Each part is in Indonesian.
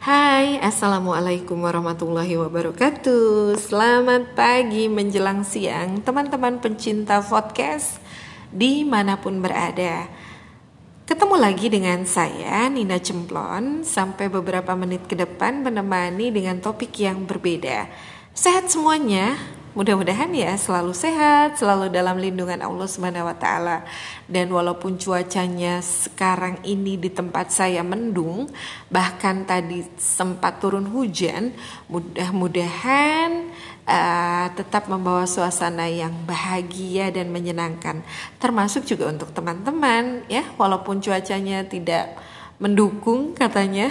Hai, Assalamualaikum warahmatullahi wabarakatuh. Selamat pagi menjelang siang teman-teman pencinta podcast dimanapun berada. Ketemu lagi dengan saya Nina Cemplon. Sampai beberapa menit ke depan menemani dengan topik yang berbeda. Sehat semuanya? Mudah-mudahan ya selalu sehat, selalu dalam lindungan Allah Subhanahu wa taala. Dan walaupun cuacanya sekarang ini di tempat saya mendung, bahkan tadi sempat turun hujan, mudah-mudahan tetap membawa suasana yang bahagia dan menyenangkan. Termasuk juga untuk teman-teman ya, walaupun cuacanya tidak mendukung katanya.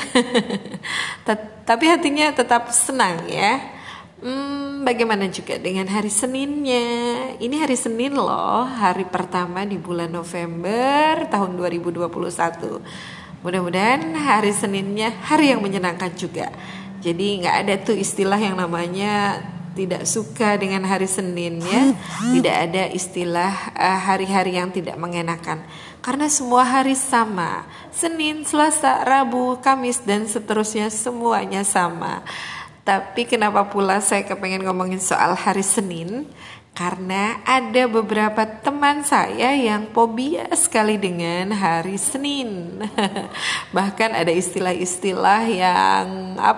Tapi hatinya tetap senang ya. Bagaimana juga dengan hari Seninnya? Ini hari Senin loh, hari pertama di bulan November tahun 2021. Mudah-mudahan hari Seninnya hari yang menyenangkan juga. Jadi gak ada tuh istilah yang namanya tidak suka dengan hari Senin ya. Tidak ada istilah hari-hari yang tidak mengenakan. Karena semua hari sama. Senin, Selasa, Rabu, Kamis dan seterusnya semuanya sama. Tapi kenapa pula saya kepengen ngomongin soal hari Senin? Karena ada beberapa teman saya yang fobia sekali dengan hari Senin. Bahkan ada istilah-istilah yang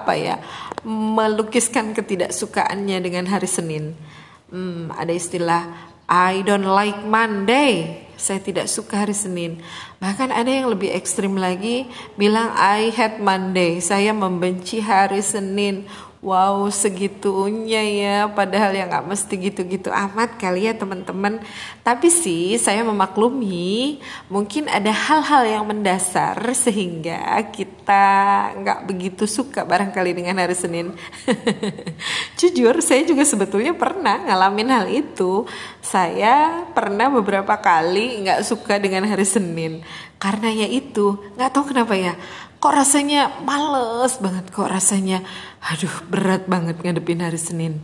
melukiskan ketidaksukaannya dengan hari Senin. Ada istilah I don't like Monday. Saya tidak suka hari Senin. Bahkan ada yang lebih ekstrim lagi bilang I hate Monday. Saya membenci hari Senin. Wow, segitunya ya, padahal ya gak mesti gitu-gitu amat kali ya teman-teman. Tapi sih saya memaklumi mungkin ada hal-hal yang mendasar sehingga kita gak begitu suka barangkali dengan hari Senin. Jujur saya juga sebetulnya pernah ngalamin hal itu. Saya pernah beberapa kali gak suka dengan hari Senin. Karena ya itu, gak tahu kenapa ya, kok rasanya males banget, kok rasanya berat banget ngadepin hari Senin.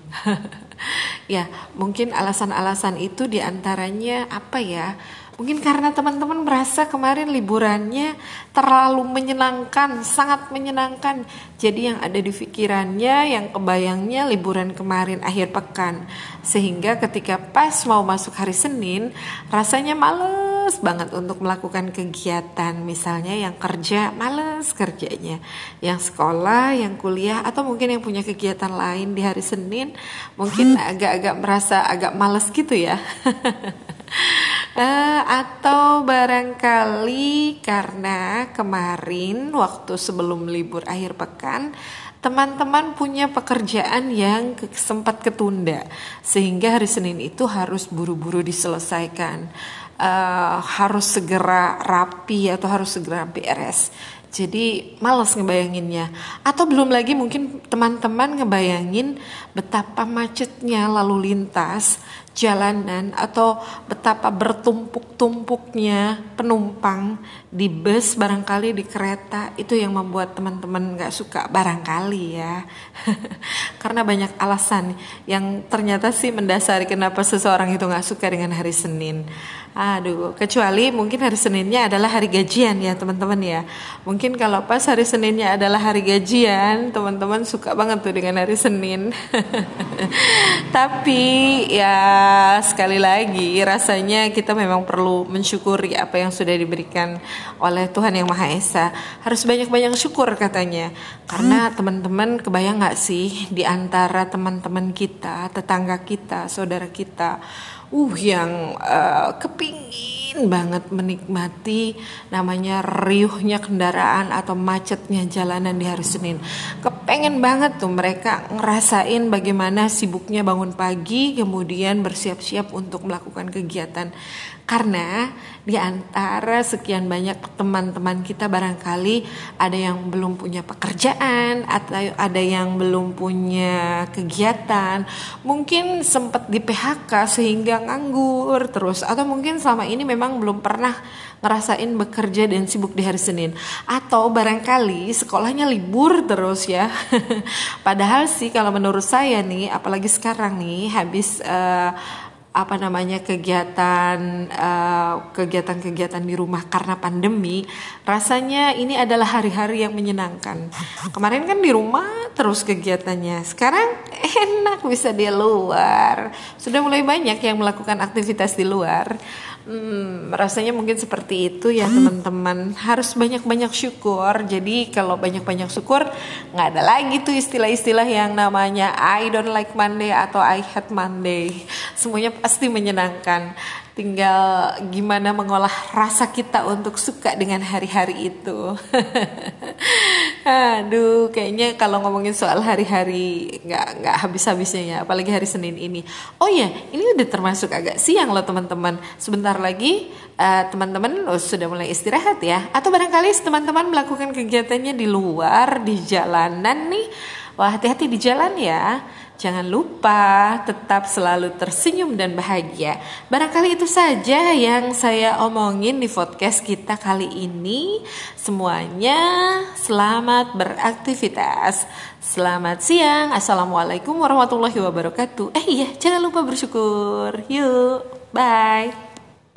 Ya mungkin alasan-alasan itu diantaranya mungkin karena teman-teman merasa kemarin liburannya terlalu menyenangkan, sangat menyenangkan. Jadi yang ada di pikirannya, yang kebayangnya liburan kemarin akhir pekan. Sehingga ketika pas mau masuk hari Senin, rasanya males banget untuk melakukan kegiatan. Misalnya yang kerja, males kerjanya. Yang sekolah, yang kuliah, atau mungkin yang punya kegiatan lain di hari Senin, mungkin agak-agak merasa agak males gitu ya. Atau barangkali karena kemarin waktu sebelum libur akhir pekan teman-teman punya pekerjaan yang sempat ketunda sehingga hari Senin itu harus buru-buru diselesaikan, harus segera rapi atau harus segera beres. Jadi malas ngebayanginnya. Atau belum lagi mungkin teman-teman ngebayangin betapa macetnya lalu lintas jalanan atau betapa bertumpuk-tumpuknya penumpang di bus, barangkali di kereta. Itu yang membuat teman-teman gak suka barangkali ya. Karena banyak alasan yang ternyata sih mendasari kenapa seseorang itu gak suka dengan hari Senin. Kecuali mungkin hari Seninnya adalah hari gajian ya teman-teman ya. Mungkin kalau pas hari Seninnya adalah hari gajian, teman-teman suka banget tuh dengan hari Senin. Tapi ya sekali lagi rasanya kita memang perlu mensyukuri apa yang sudah diberikan oleh Tuhan Yang Maha Esa. Harus banyak-banyak syukur katanya. Karena teman-teman kebayang gak sih di antara teman-teman kita, tetangga kita, saudara kita yang kepingin banget menikmati namanya riuhnya kendaraan atau macetnya jalanan di hari Senin. Kepengen banget tuh mereka ngerasain bagaimana sibuknya bangun pagi kemudian bersiap-siap untuk melakukan kegiatan. Karena di antara sekian banyak teman-teman kita barangkali ada yang belum punya pekerjaan atau ada yang belum punya kegiatan, mungkin sempat di PHK sehingga nganggur terus, atau mungkin selama ini memang belum pernah ngerasain bekerja dan sibuk di hari Senin, atau barangkali sekolahnya libur terus ya. Padahal sih kalau menurut saya nih, apalagi sekarang nih habis kegiatan-kegiatan di rumah karena pandemi, rasanya ini adalah hari-hari yang menyenangkan. Kemarin kan di rumah terus kegiatannya, sekarang enak bisa di luar. Sudah mulai banyak yang melakukan aktivitas di luar. Rasanya mungkin seperti itu ya teman-teman. Harus banyak-banyak syukur. Jadi kalau banyak-banyak syukur, nggak ada lagi tuh istilah-istilah yang namanya I don't like Monday atau I hate Monday. Semuanya pasti menyenangkan. Tinggal gimana mengolah rasa kita untuk suka dengan hari-hari itu. Aduh, kayaknya kalau ngomongin soal hari-hari nggak habis-habisnya ya, apalagi hari Senin ini. Oh ya, ini udah termasuk agak siang loh teman-teman. Sebentar lagi teman-teman sudah mulai istirahat ya. Atau barangkali teman-teman melakukan kegiatannya di luar, di jalanan nih. Wah, hati-hati di jalan ya. Jangan lupa tetap selalu tersenyum dan bahagia. Barangkali itu saja yang saya omongin di podcast kita kali ini. Semuanya selamat beraktivitas. Selamat siang. Assalamualaikum warahmatullahi wabarakatuh. Iya, jangan lupa bersyukur. Yuk, bye.